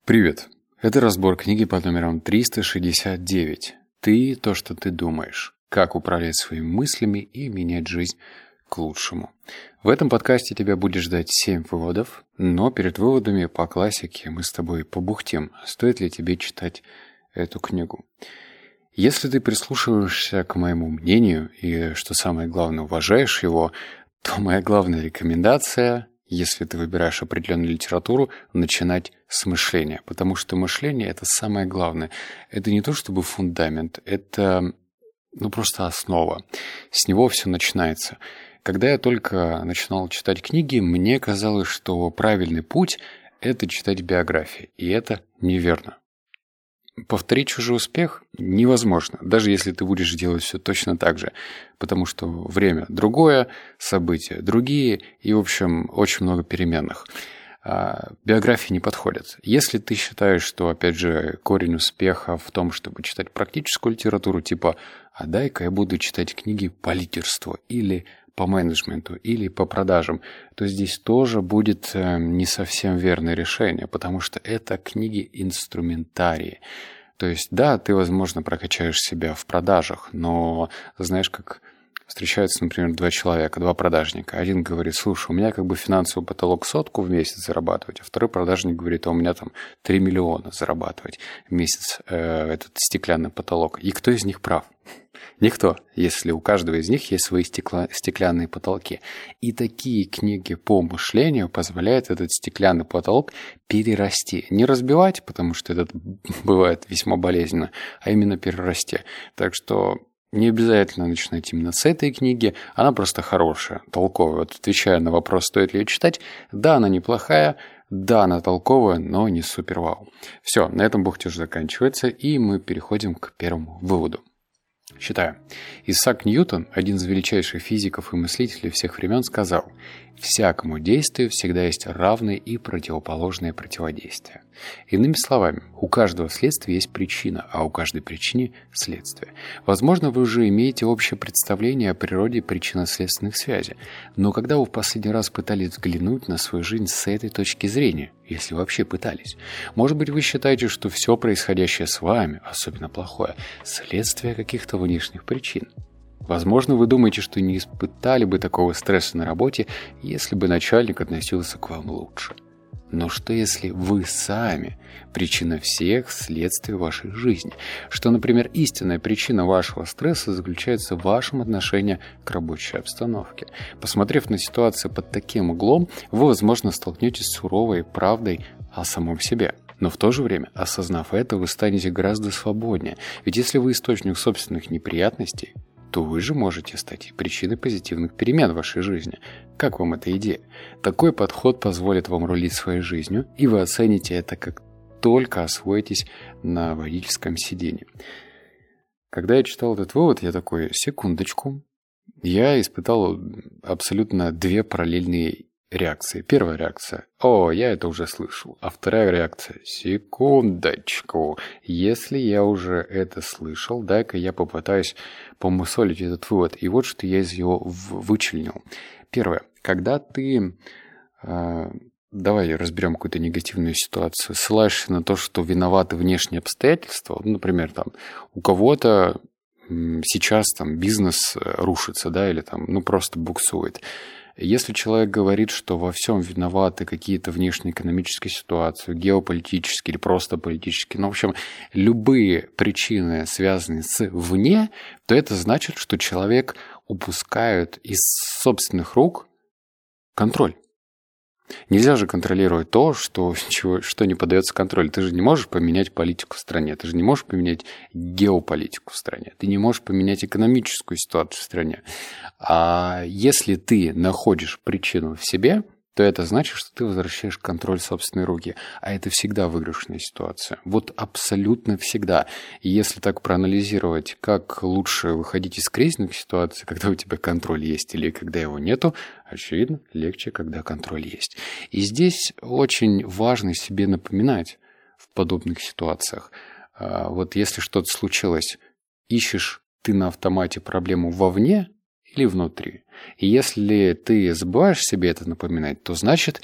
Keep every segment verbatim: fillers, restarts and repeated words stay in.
Привет! Это разбор книги под номером триста шестьдесят девять. Ты – то, что ты думаешь. Как управлять своими мыслями и менять жизнь к лучшему. В этом подкасте тебя будет ждать семь выводов, но перед выводами по классике мы с тобой побухтим, стоит ли тебе читать эту книгу. Если ты прислушиваешься к моему мнению и, что самое главное, уважаешь его, то моя главная рекомендация – если ты выбираешь определенную литературу, начинать с мышления. Потому что мышление – это самое главное. Это не то чтобы фундамент, это ну, просто основа. С него все начинается. Когда я только начинал читать книги, мне казалось, что правильный путь – это читать биографии. И это неверно. Повторить чужой успех невозможно, даже если ты будешь делать все точно так же, потому что время другое, события другие и, в общем, очень много переменных. А биографии не подходят. Если ты считаешь, что, опять же, корень успеха в том, чтобы читать практическую литературу, типа «а дай-ка я буду читать книги по лидерству» или по менеджменту или по продажам, то здесь тоже будет не совсем верное решение, потому что это книги-инструментарии. То есть, да, ты, возможно, прокачаешь себя в продажах, но знаешь, как встречаются, например, два человека, два продажника. Один говорит: слушай, у меня как бы финансовый потолок сотку в месяц зарабатывать, а второй продажник говорит: а у меня там три миллиона зарабатывать в месяц, э, этот стеклянный потолок. И кто из них прав? Никто, если у каждого из них есть свои стекла, стеклянные потолки. И такие книги по мышлению позволяют этот стеклянный потолок перерасти. Не разбивать, потому что это бывает весьма болезненно, а именно перерасти. Так что не обязательно начинать именно с этой книги, она просто хорошая, толковая. Вот отвечая на вопрос, стоит ли ее читать, да, она неплохая, да, она толковая, но не супер вау. Все, на этом бухтеж заканчивается, и мы переходим к первому выводу. Считаю. Исаак Ньютон, один из величайших физиков и мыслителей всех времен, сказал: «Всякому действию всегда есть равное и противоположное противодействие». Иными словами, у каждого следствия есть причина, а у каждой причины – следствие. Возможно, вы уже имеете общее представление о природе причинно-следственных связей, но когда вы в последний раз пытались взглянуть на свою жизнь с этой точки зрения, если вообще пытались? Может быть, вы считаете, что все происходящее с вами, особенно плохое, следствие каких-то внешних причин? Возможно, вы думаете, что не испытали бы такого стресса на работе, если бы начальник относился к вам лучше. Но что если вы сами причина всех следствий вашей жизни? Что, например, истинная причина вашего стресса заключается в вашем отношении к рабочей обстановке? Посмотрев на ситуацию под таким углом, вы, возможно, столкнетесь с суровой правдой о самом себе. Но в то же время, осознав это, вы станете гораздо свободнее. Ведь если вы источник собственных неприятностей, то вы же можете стать и причиной позитивных перемен в вашей жизни. Как вам эта идея? Такой подход позволит вам рулить своей жизнью, и вы оцените это, как только освоитесь на водительском сиденье. Когда я читал этот вывод, я такой: секундочку. Я испытал абсолютно две параллельные реакции. Первая реакция: «О, я это уже слышал». А вторая реакция: секундочку. Если я уже это слышал, дай-ка я попытаюсь помусолить этот вывод. И вот что я из него вычленил. Первое. Когда ты... Э, давай разберем какую-то негативную ситуацию. Ссылаешься на то, что виноваты внешние обстоятельства. Ну, например, там, у кого-то сейчас там бизнес рушится, да, или там, ну, просто буксует. Если человек говорит, что во всем виноваты какие-то внешнеэкономические ситуации, геополитические или просто политические, ну, в общем, любые причины, связанные с вне, то это значит, что человек упускает из собственных рук контроль. Нельзя же контролировать то, что, чего, что не поддается контролю. Ты же не можешь поменять политику в стране, ты же не можешь поменять геополитику в стране, ты не можешь поменять экономическую ситуацию в стране. А если ты находишь причину в себе, то это значит, что ты возвращаешь контроль в собственные руки. А это всегда выигрышная ситуация. Вот абсолютно всегда. И если так проанализировать, как лучше выходить из кризисных ситуаций, когда у тебя контроль есть или когда его нету, очевидно, легче, когда контроль есть. И здесь очень важно себе напоминать в подобных ситуациях. Вот если что-то случилось, ищешь ты на автомате проблему вовне или внутри. И если ты забываешь себе это напоминать, то значит,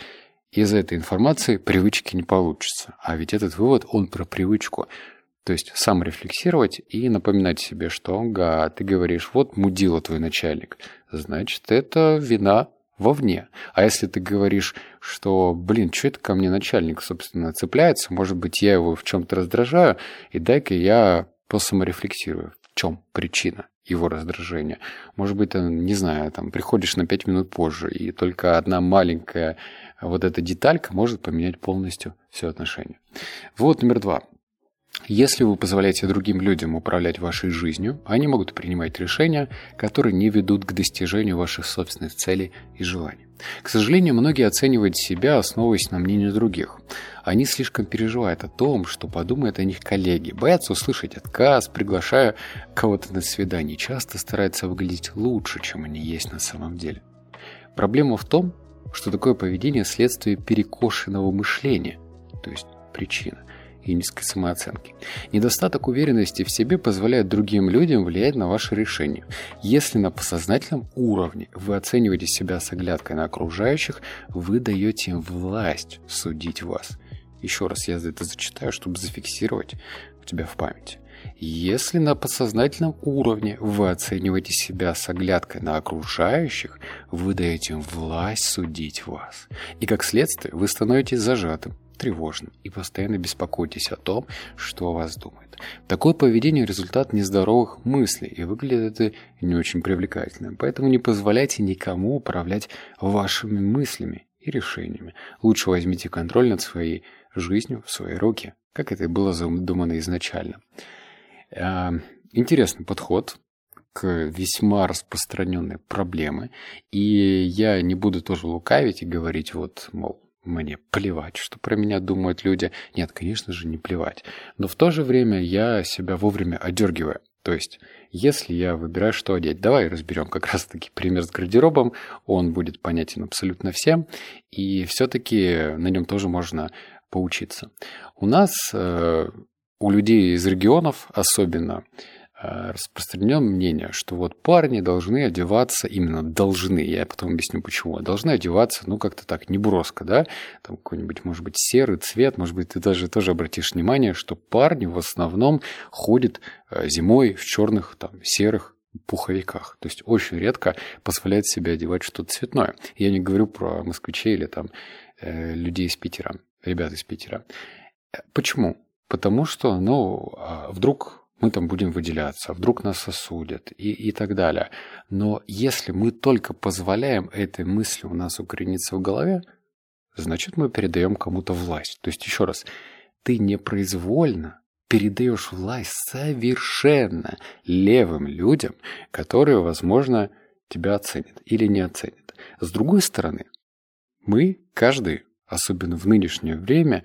из этой информации привычки не получится. А ведь этот вывод, он про привычку. То есть сам рефлексировать и напоминать себе, что ага, ты говоришь, вот мудила твой начальник, значит, это вина вовне. А если ты говоришь, что, блин, что это ко мне начальник, собственно, цепляется, может быть, я его в чем-то раздражаю, и дай-ка я посаморефлексирую, в чем причина его раздражения. Может быть, ты, не знаю, там, приходишь на пять минут позже, и только одна маленькая вот эта деталька может поменять полностью все отношения. Вот номер два. Если вы позволяете другим людям управлять вашей жизнью, они могут принимать решения, которые не ведут к достижению ваших собственных целей и желаний. К сожалению, многие оценивают себя, основываясь на мнении других. Они слишком переживают о том, что подумают о них коллеги, боятся услышать отказ, приглашая кого-то на свидание, часто стараются выглядеть лучше, чем они есть на самом деле. Проблема в том, что такое поведение – следствие перекошенного мышления, то есть причина, и низкой самооценки. Недостаток уверенности в себе позволяет другим людям влиять на ваши решения. Если на подсознательном уровне вы оцениваете себя с оглядкой на окружающих, вы даете им власть судить вас. Еще раз я это зачитаю, чтобы зафиксировать у тебя в памяти. Если на подсознательном уровне вы оцениваете себя с оглядкой на окружающих, вы даете им власть судить вас. И как следствие вы становитесь зажатым, тревожным и постоянно беспокойтесь о том, что о вас думают. Такое поведение – результат нездоровых мыслей, и выглядит это не очень привлекательным. Поэтому не позволяйте никому управлять вашими мыслями и решениями. Лучше возьмите контроль над своей жизнью в свои руки, как это и было задумано изначально. Интересный подход к весьма распространенной проблеме, и я не буду тоже лукавить и говорить, вот, мол, мне плевать, что про меня думают люди. Нет, конечно же, не плевать. Но в то же время я себя вовремя одергиваю. То есть, если я выбираю, что одеть, давай разберем как раз-таки пример с гардеробом. Он будет понятен абсолютно всем. И все-таки на нем тоже можно поучиться. У нас, э, у людей из регионов особенно, распространено мнение, что вот парни должны одеваться, именно должны, я потом объясню почему, должны одеваться, ну, как-то так, неброско, да, там какой-нибудь, может быть, серый цвет, может быть, ты даже тоже обратишь внимание, что парни в основном ходят зимой в черных, там, серых пуховиках, то есть очень редко позволяют себе одевать что-то цветное. Я не говорю про москвичей или там людей из Питера, ребят из Питера. Почему? Потому что, ну, вдруг мы там будем выделяться, вдруг нас осудят и, и так далее. Но если мы только позволяем этой мысли у нас укорениться в голове, значит, мы передаем кому-то власть. То есть, еще раз, ты непроизвольно передаешь власть совершенно левым людям, которые, возможно, тебя оценят или не оценят. С другой стороны, мы, каждый, особенно в нынешнее время,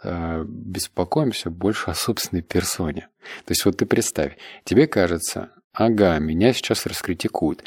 беспокоимся больше о собственной персоне. То есть вот ты представь, тебе кажется, ага, меня сейчас раскритикуют,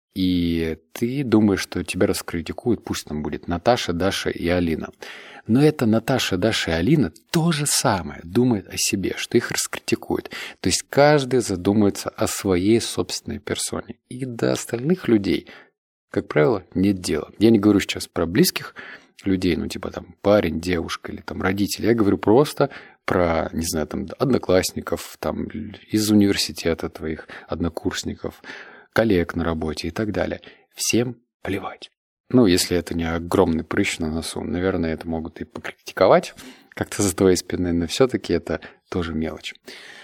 и ты думаешь, что тебя раскритикуют, пусть там будет Наташа, Даша и Алина. Но это Наташа, Даша и Алина то же самое думает о себе, что их раскритикуют. То есть каждый задумается о своей собственной персоне. И до остальных людей, как правило, нет дела. Я не говорю сейчас про близких людей, ну типа там парень, девушка или там родители. Я говорю просто про, не знаю, там одноклассников, там из университета твоих однокурсников, коллег на работе и так далее. Всем плевать. Ну, если это не огромный прыщ на носу, наверное, это могут и покритиковать как-то за твоей спиной, но все-таки это тоже мелочь.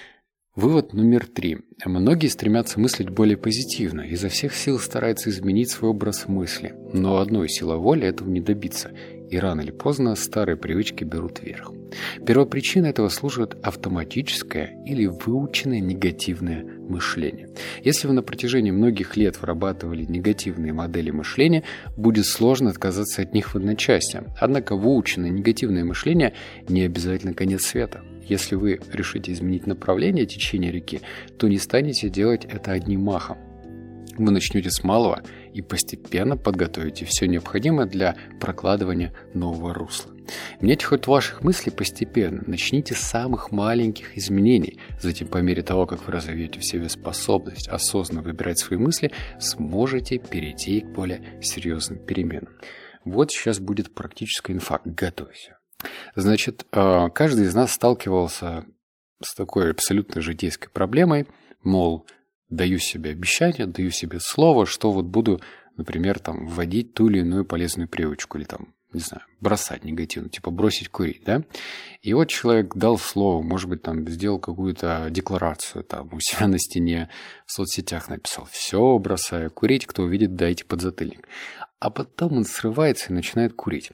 Вывод номер три. Многие стремятся мыслить более позитивно, изо всех сил стараются изменить свой образ мысли, но одной силой воли этого не добиться, и рано или поздно старые привычки берут верх. Первопричиной этого служит автоматическое или выученное негативное мышление. Если вы на протяжении многих лет вырабатывали негативные модели мышления, будет сложно отказаться от них в одночасье. Однако выученное негативное мышление не обязательно конец света. Если вы решите изменить направление течения реки, то не станете делать это одним махом. Вы начнете с малого и постепенно подготовите все необходимое для прокладывания нового русла. Меняйте ход ваших мыслей постепенно. Начните с самых маленьких изменений. Затем, по мере того, как вы разовьете в себе способность осознанно выбирать свои мысли, сможете перейти к более серьезным переменам. Вот сейчас будет практическая инфа. Готовься. Значит, каждый из нас сталкивался с такой абсолютно житейской проблемой, мол, даю себе обещание, даю себе слово, что вот буду, например, там, вводить ту или иную полезную привычку или там, не знаю, бросать негативно, типа бросить курить, да? И вот человек дал слово, может быть, там, сделал какую-то декларацию, там, у себя на стене в соцсетях написал: все, бросаю курить, кто увидит, дайте подзатыльник. А потом он срывается и начинает курить.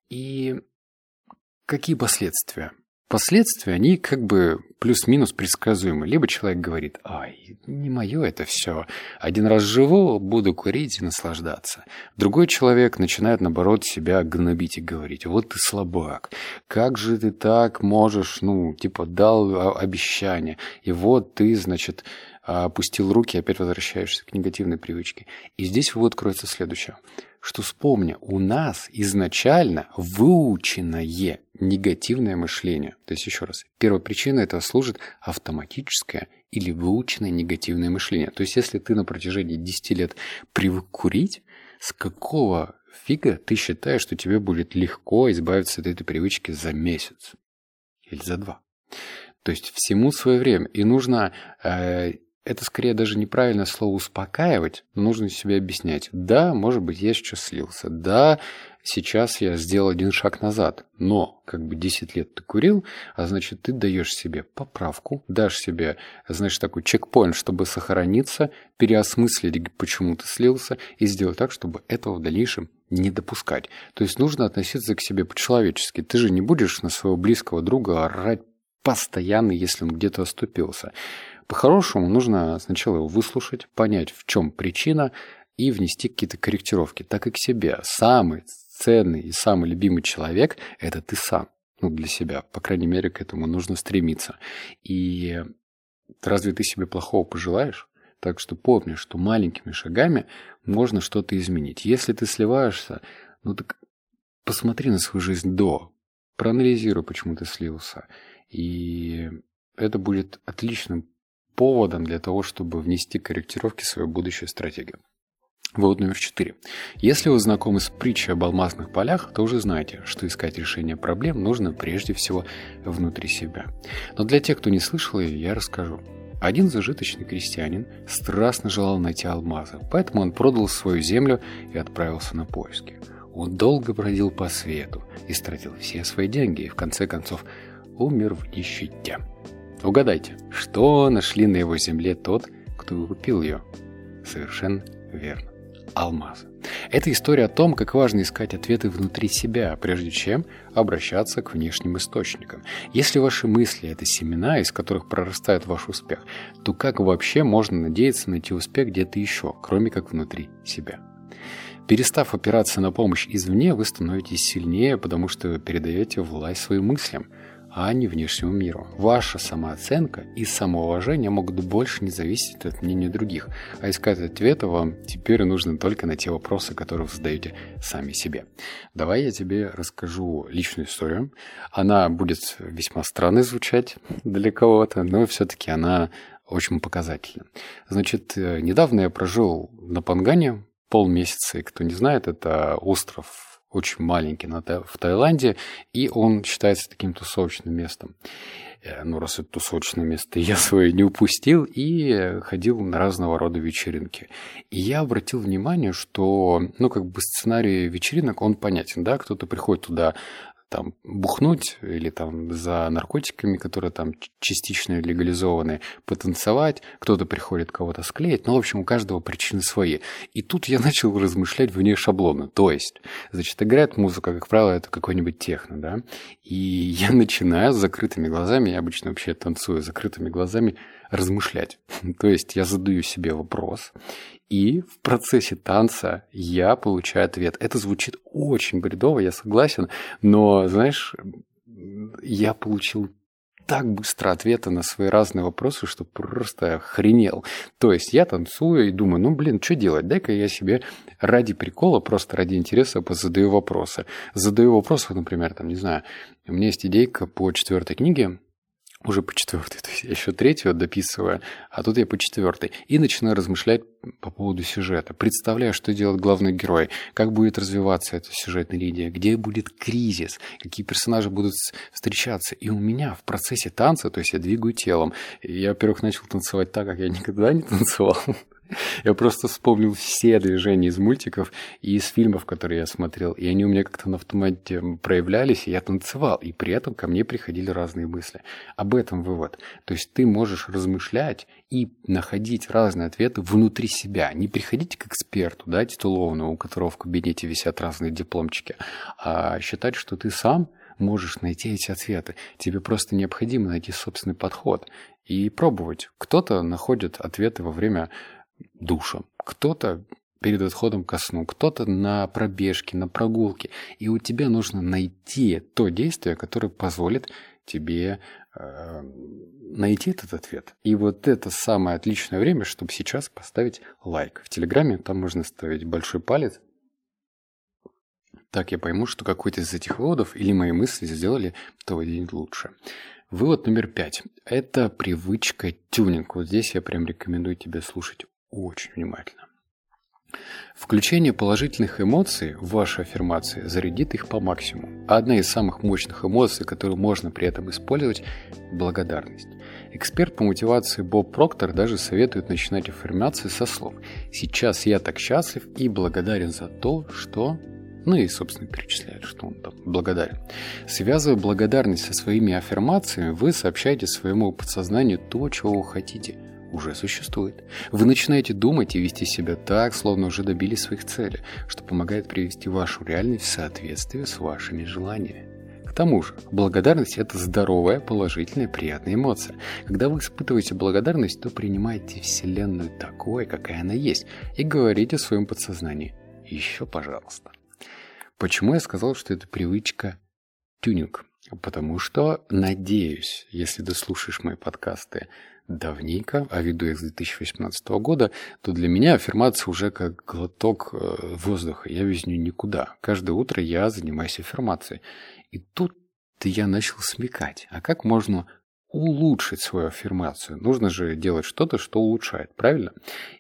И какие последствия? Последствия, они как бы плюс-минус предсказуемы. Либо человек говорит: ай, не мое это все. Один раз живу, буду курить и наслаждаться. Другой человек начинает, наоборот, себя гнобить и говорить: вот ты слабак, как же ты так можешь, ну, типа, дал обещание, и вот ты, значит, опустил руки и опять возвращаешься к негативной привычке. И здесь вывод кроется следующее. Что, вспомни, у нас изначально выученное негативное мышление. То есть, еще раз, первая причина этого служит автоматическое или выученное негативное мышление. То есть, если ты на протяжении десяти лет привык курить, с какого фига ты считаешь, что тебе будет легко избавиться от этой привычки за месяц или за два? То есть, всему свое время. И нужно... Э, Это скорее даже неправильное слово «успокаивать», но нужно себе объяснять. Да, может быть, я сейчас слился. Да, сейчас я сделал один шаг назад. Но как бы десять лет ты курил, а значит, ты даешь себе поправку, дашь себе, значит, такой чекпоинт, чтобы сохраниться, переосмыслить, почему ты слился, и сделать так, чтобы этого в дальнейшем не допускать. То есть нужно относиться к себе по-человечески. Ты же не будешь на своего близкого друга орать постоянно, если он где-то оступился. По-хорошему нужно сначала его выслушать, понять, в чем причина, и внести какие-то корректировки. Так и к себе. Самый ценный и самый любимый человек – это ты сам. Ну, для себя. По крайней мере, к этому нужно стремиться. И разве ты себе плохого пожелаешь? Так что помни, что маленькими шагами можно что-то изменить. Если ты сливаешься, ну так посмотри на свою жизнь до. Проанализируй, почему ты слился. И это будет отличным поводом для того, чтобы внести корректировки в свою будущую стратегию. Вывод номер четыре. Если вы знакомы с притчей об алмазных полях, то уже знаете, что искать решение проблем нужно прежде всего внутри себя. Но для тех, кто не слышал ее, я расскажу. Один зажиточный крестьянин страстно желал найти алмазы, поэтому он продал свою землю и отправился на поиски. Он долго бродил по свету, истратил все свои деньги и в конце концов умер в нищете. Угадайте, что нашли на его земле тот, кто купил ее? Совершенно верно. Алмазы. Это история о том, как важно искать ответы внутри себя, прежде чем обращаться к внешним источникам. Если ваши мысли – это семена, из которых прорастает ваш успех, то как вообще можно надеяться найти успех где-то еще, кроме как внутри себя? Перестав опираться на помощь извне, вы становитесь сильнее, потому что передаете власть своим мыслям, а не внешнему миру. Ваша самооценка и самоуважение могут больше не зависеть от мнения других, а искать ответы вам теперь нужно только на те вопросы, которые вы задаете сами себе. Давай я тебе расскажу личную историю. Она будет весьма странно звучать для кого-то, но все-таки она очень показательна. Значит, недавно я прожил на Пангане полмесяца, и кто не знает, это остров очень маленький в Таиланде, и он считается таким тусовочным местом. Ну, раз это тусовочное место, я свое не упустил и ходил на разного рода вечеринки. И я обратил внимание, что, ну, как бы сценарий вечеринок, он понятен, да, кто-то приходит туда там бухнуть или там за наркотиками, которые там частично легализованы, потанцевать, кто-то приходит кого-то склеить, ну, в общем, у каждого причины свои. И тут я начал размышлять вне шаблона, то есть, значит, играет музыка, как правило, это какой-нибудь техно, да, и я начинаю с закрытыми глазами, я обычно вообще танцую с закрытыми глазами, размышлять. То есть я задаю себе вопрос, и в процессе танца я получаю ответ. Это звучит очень бредово, я согласен, но, знаешь, я получил так быстро ответы на свои разные вопросы, что просто охренел. То есть я танцую и думаю, ну, блин, что делать? Дай-ка я себе ради прикола, просто ради интереса позадаю вопросы. Задаю вопросы, например, там, не знаю, у меня есть идейка по четвертой книге уже по четвертой, то есть я еще третью дописываю, а тут я по четвертой. И начинаю размышлять по поводу сюжета. Представляю, что делает главный герой, как будет развиваться эта сюжетная линия, где будет кризис, какие персонажи будут встречаться. И у меня в процессе танца, то есть я двигаю телом. Я, во-первых, начал танцевать так, как я никогда не танцевал. Я просто вспомнил все движения из мультиков и из фильмов, которые я смотрел. И они у меня как-то на автомате проявлялись, и я танцевал. И при этом ко мне приходили разные мысли. Об этом вывод. То есть ты можешь размышлять и находить разные ответы внутри себя. Не приходите к эксперту, да, титулованному, у которого в кабинете висят разные дипломчики, а считать, что ты сам можешь найти эти ответы. Тебе просто необходимо найти собственный подход и пробовать. Кто-то находит ответы во время душа, кто-то перед отходом ко сну, кто-то на пробежке, на прогулке. И у тебя нужно найти то действие, которое позволит тебе э, найти этот ответ. И вот это самое отличное время, чтобы сейчас поставить лайк. В Телеграме там можно ставить большой палец. Так я пойму, что какой-то из этих выводов или мои мысли сделали твой день лучше. Вывод номер пять. Это привычка тюнинг. Вот здесь я прям рекомендую тебе слушать очень внимательно. Включение положительных эмоций в ваши аффирмации зарядит их по максимуму. А одна из самых мощных эмоций, которую можно при этом использовать – благодарность. Эксперт по мотивации Боб Проктор даже советует начинать аффирмации со слов «Сейчас я так счастлив и благодарен за то, что…» Ну и, собственно, перечисляет, что он там благодарен. Связывая благодарность со своими аффирмациями, вы сообщаете своему подсознанию то, чего вы хотите. Уже существует. Вы начинаете думать и вести себя так, словно уже добились своих целей, что помогает привести вашу реальность в соответствие с вашими желаниями. К тому же, благодарность – это здоровая, положительная, приятная эмоция. Когда вы испытываете благодарность, то принимаете Вселенную такой, какая она есть, и говорите своему подсознанию «Еще, пожалуйста». Почему я сказал, что это привычка тюнинг? Потому что, надеюсь, если ты слушаешь мои подкасты давненько, а веду их с две тысячи восемнадцатого года, то для меня аффирмация уже как глоток воздуха. Я без нее никуда. Каждое утро я занимаюсь аффирмацией. И тут я начал смекать. А как можно улучшить свою аффирмацию? Нужно же делать что-то, что улучшает, правильно?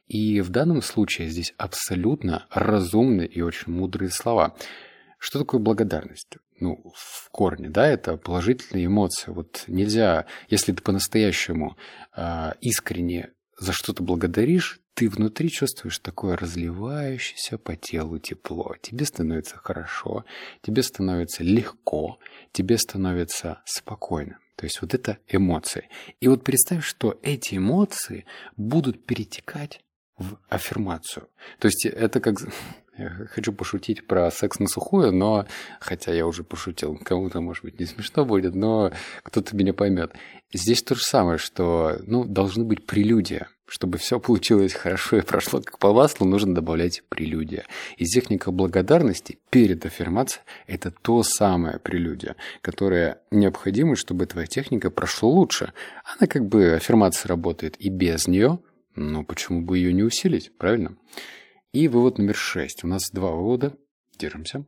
И в данном случае здесь абсолютно разумные и очень мудрые слова. Что такое благодарность? Ну, в корне, да, это положительные эмоции. Вот нельзя, если ты по-настоящему э, искренне за что-то благодаришь, ты внутри чувствуешь такое разливающееся по телу тепло. Тебе становится хорошо, тебе становится легко, тебе становится спокойно. То есть вот это эмоции. И вот представь, что эти эмоции будут перетекать в аффирмацию. То есть это как... Я хочу пошутить про секс на сухую, но, хотя я уже пошутил, кому-то, может быть, не смешно будет, но кто-то меня поймет. Здесь то же самое, что, ну, должны быть прелюдия. Чтобы все получилось хорошо и прошло как по маслу, нужно добавлять прелюдия. И техника благодарности перед аффирмацией – это то самое прелюдия, которое необходимо, чтобы твоя техника прошла лучше. Она как бы, аффирмация работает и без нее, но почему бы ее не усилить, правильно? И вывод номер шесть. У нас два вывода. Держимся.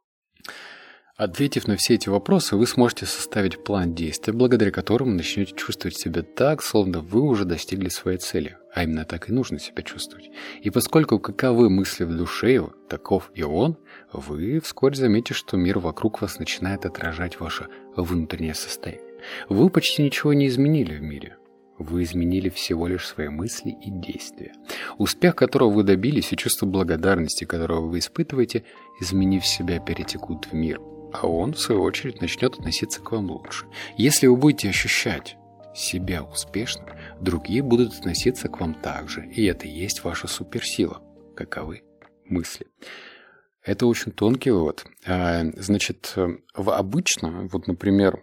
Ответив на все эти вопросы, вы сможете составить план действия, благодаря которому начнете чувствовать себя так, словно вы уже достигли своей цели. А именно так и нужно себя чувствовать. И поскольку каковы мысли в душе, таков и он, вы вскоре заметите, что мир вокруг вас начинает отражать ваше внутреннее состояние. Вы почти ничего не изменили в мире. Вы изменили всего лишь свои мысли и действия. Успех, которого вы добились, и чувство благодарности, которого вы испытываете, изменив себя, перетекут в мир. А он, в свою очередь, начнет относиться к вам лучше. Если вы будете ощущать себя успешным, другие будут относиться к вам так же. И это и есть ваша суперсила. Каковы мысли? Это очень тонкий вывод. Значит, обычно, вот, например,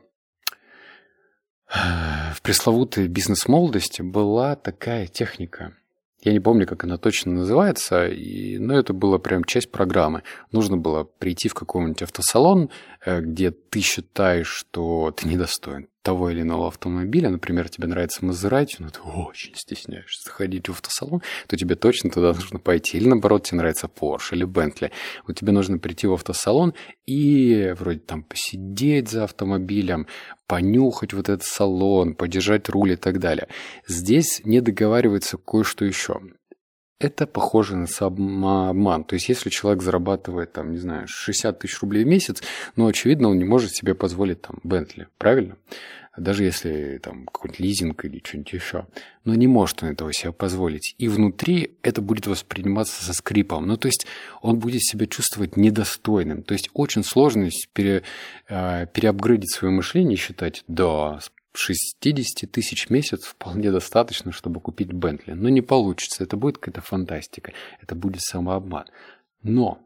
в пресловутой бизнес-молодости была такая техника. Я не помню, как она точно называется, и, но это была прям часть программы. Нужно было прийти в какой-нибудь автосалон, где ты считаешь, что ты недостоин того или иного автомобиля, например, тебе нравится Мазерати, но ты очень стесняешься заходить в автосалон, то тебе точно туда нужно пойти. Или наоборот, тебе нравится Порше или Бентли. Вот тебе нужно прийти в автосалон и вроде там посидеть за автомобилем, понюхать вот этот салон, подержать руль и так далее. Здесь не договаривается кое-что еще. Это похоже на самообман. То есть, если человек зарабатывает, там, не знаю, шестьдесят тысяч рублей в месяц, ну, очевидно, он не может себе позволить там Бентли, правильно? Даже если там какой-нибудь лизинг или что-нибудь еще. Но не может он этого себе позволить. И внутри это будет восприниматься со скрипом. Ну, то есть, он будет себя чувствовать недостойным. То есть, очень сложно пере, э, переапгрейдить свое мышление и считать, да, шестьдесят тысяч в месяц вполне достаточно, чтобы купить Бентли. Но не получится. Это будет какая-то фантастика. Это будет самообман. Но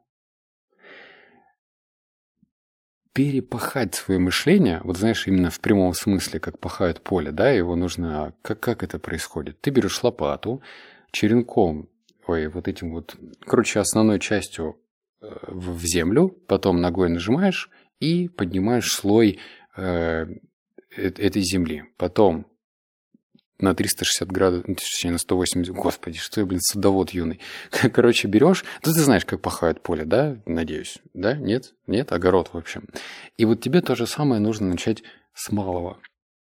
перепахать свое мышление, вот знаешь, именно в прямом смысле, как пахают поле, да, его нужно... Как, как это происходит? Ты берешь лопату, черенком, ой, вот этим вот, короче, основной частью в землю, потом ногой нажимаешь и поднимаешь слой э, этой земли. Потом на триста шестьдесят градусов, точнее на сто восемьдесят, господи, что я, блин, садовод юный. Короче, берешь, ну ты знаешь, как пахают поле, да, надеюсь, да, нет, нет, огород, в общем. И вот тебе то же самое нужно начать с малого.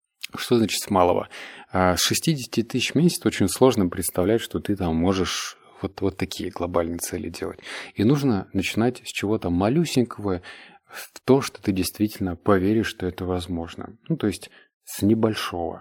Что значит с малого? С шестидесяти тысяч в месяц очень сложно представлять, что ты там можешь вот, вот такие глобальные цели делать. И нужно начинать с чего-то малюсенького, в то, что ты действительно поверишь, что это возможно. Ну, то есть с небольшого.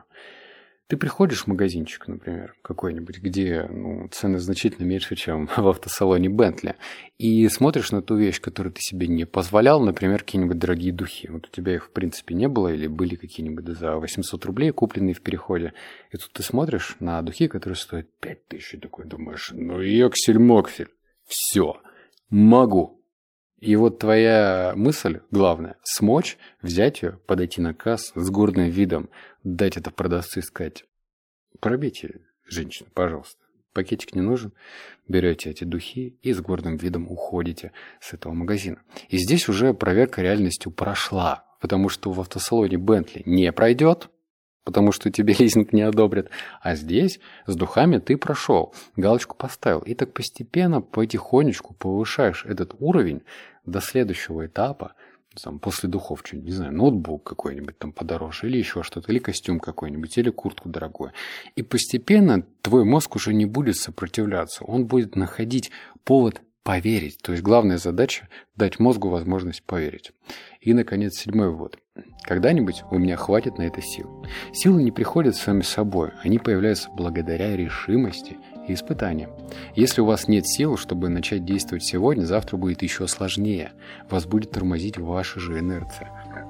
Ты приходишь в магазинчик, например, какой-нибудь, где ну, цены значительно меньше, чем в автосалоне Бентли, и смотришь на ту вещь, которую ты себе не позволял, например, какие-нибудь дорогие духи. Вот у тебя их, в принципе, не было, или были какие-нибудь за восемьсот рублей, купленные в переходе. И тут ты смотришь на духи, которые стоят пять тысяч, и такой думаешь, ну, ёксель-моксель, все, могу. И вот твоя мысль, главное, смочь, взять ее, подойти на кассу с гордым видом, дать это продавцу и сказать, пробейте, женщина, пожалуйста, пакетик не нужен, берете эти духи и с гордым видом уходите с этого магазина. И здесь уже проверка реальностью прошла, потому что в автосалоне Бентли не пройдет, потому что тебе лизинг не одобрят. А здесь с духами ты прошел, галочку поставил. И так постепенно, потихонечку повышаешь этот уровень до следующего этапа. Там, после духов что-нибудь, не знаю, ноутбук какой-нибудь там подороже, или еще что-то, или костюм какой-нибудь, или куртку дорогую. И постепенно твой мозг уже не будет сопротивляться. Он будет находить повод поверить. То есть главная задача – дать мозгу возможность поверить. И, наконец, седьмой вывод. Когда-нибудь у меня хватит на это сил. Силы не приходят сами собой. Они появляются благодаря решимости и испытаниям. Если у вас нет сил, чтобы начать действовать сегодня, завтра будет еще сложнее. Вас будет тормозить ваша же инерция.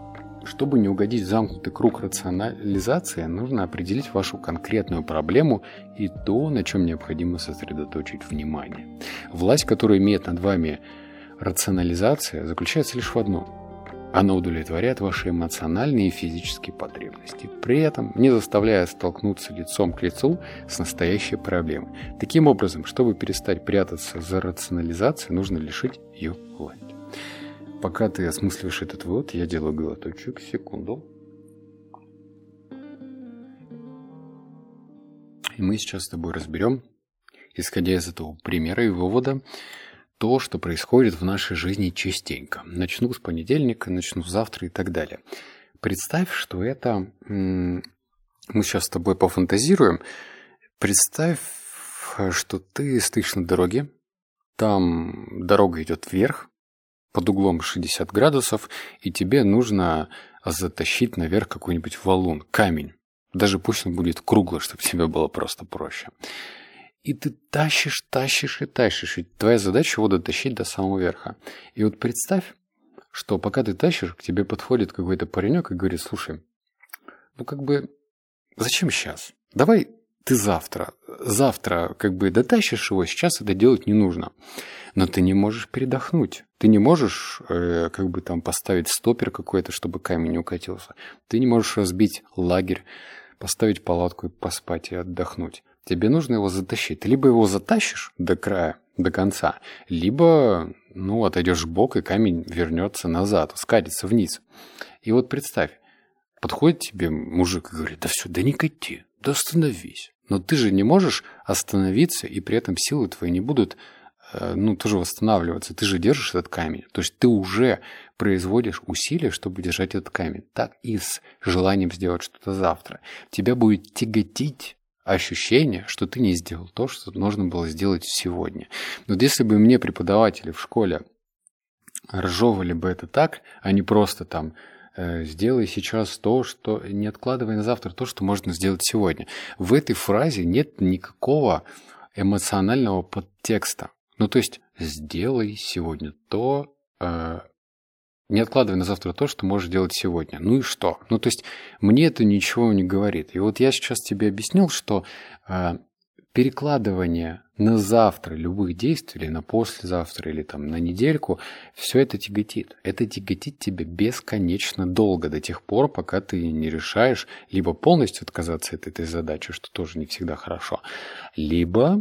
Чтобы не угодить в замкнутый круг рационализации, нужно определить вашу конкретную проблему и то, на чем необходимо сосредоточить внимание. Власть, которую имеет над вами рационализация, заключается лишь в одном. Она удовлетворяет ваши эмоциональные и физические потребности, при этом не заставляя столкнуться лицом к лицу с настоящей проблемой. Таким образом, чтобы перестать прятаться за рационализацией, нужно лишить ее власти. Пока ты осмысливаешь этот вывод, я делаю глоточек, секунду. И мы сейчас с тобой разберем, исходя из этого примера и вывода, то, что происходит в нашей жизни частенько. Начну с понедельника, начну завтра и так далее. Представь, что это... Мы сейчас с тобой пофантазируем. Представь, что ты стоишь на дороге. Там дорога идет вверх, под углом шестьдесят градусов, и тебе нужно затащить наверх какой-нибудь валун, камень. Даже пусть он будет круглый, чтобы тебе было просто проще. И ты тащишь, тащишь и тащишь. И твоя задача его дотащить до самого верха. И вот представь, что пока ты тащишь, к тебе подходит какой-то паренек и говорит, слушай, ну как бы, зачем сейчас? Давай ты завтра, завтра как бы дотащишь его, сейчас это делать не нужно. Но ты не можешь передохнуть. Ты не можешь э, как бы там поставить стопер какой-то, чтобы камень не укатился. Ты не можешь разбить лагерь, поставить палатку и поспать и отдохнуть. Тебе нужно его затащить. Ты либо его затащишь до края, до конца, либо ну, отойдешь в бок, и камень вернется назад, скатится вниз. И вот представь, подходит тебе мужик и говорит: да все, да не кати, да остановись. Но ты же не можешь остановиться, и при этом силы твои не будут, ну, тоже восстанавливаться. Ты же держишь этот камень. То есть ты уже производишь усилия, чтобы держать этот камень. Так и с желанием сделать что-то завтра. Тебя будет тяготить ощущение, что ты не сделал то, что нужно было сделать сегодня. Вот если бы мне преподаватели в школе разжевывали бы это так, а не просто там «сделай сейчас то, что...» не откладывай на завтра то, что можно сделать сегодня. В этой фразе нет никакого эмоционального подтекста. Ну, то есть «сделай сегодня то...» э, не откладывай на завтра то, что можешь делать сегодня. Ну и что? Ну, то есть мне это ничего не говорит. И вот я сейчас тебе объяснил, что э, перекладывание на завтра любых действий, или на послезавтра, или там на недельку, все это тяготит. Это тяготит тебя бесконечно долго, до тех пор, пока ты не решаешь либо полностью отказаться от этой задачи, что тоже не всегда хорошо, либо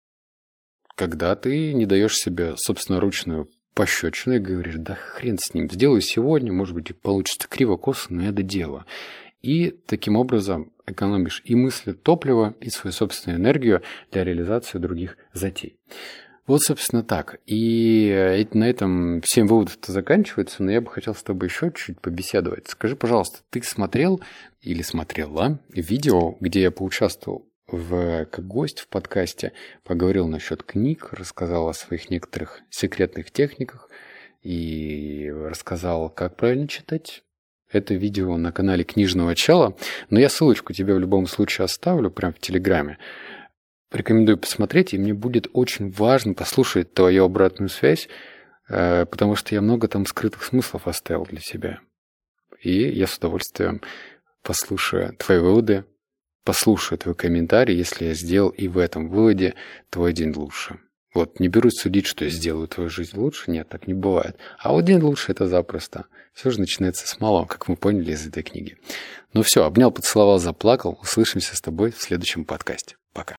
когда ты не даешь себе собственноручную пощечину и говоришь: да хрен с ним, сделаю сегодня, может быть, и получится криво-косо, но я доделаю. И таким образом экономишь и мысли, топливо, и свою собственную энергию для реализации других затей. Вот, собственно, так. И на этом семь выводов-то заканчиваются, но я бы хотел с тобой еще чуть-чуть побеседовать. Скажи, пожалуйста, ты смотрел или смотрела видео, где я поучаствовал в, как гость в подкасте, поговорил насчет книг, рассказал о своих некоторых секретных техниках и рассказал, как правильно читать? Это видео на канале Книжного Чела, но я ссылочку тебе в любом случае оставлю прямо в Телеграме. Рекомендую посмотреть, и мне будет очень важно послушать твою обратную связь, потому что я много там скрытых смыслов оставил для себя. И я с удовольствием послушаю твои выводы, послушаю твой комментарий, если я сделал и в этом выводе твой день лучше. Вот, не берусь судить, что я сделаю твою жизнь лучше. Нет, так не бывает. А вот день лучше — это запросто. Все же начинается с малого, как мы поняли из этой книги. Ну все, обнял, поцеловал, заплакал. Услышимся с тобой в следующем подкасте.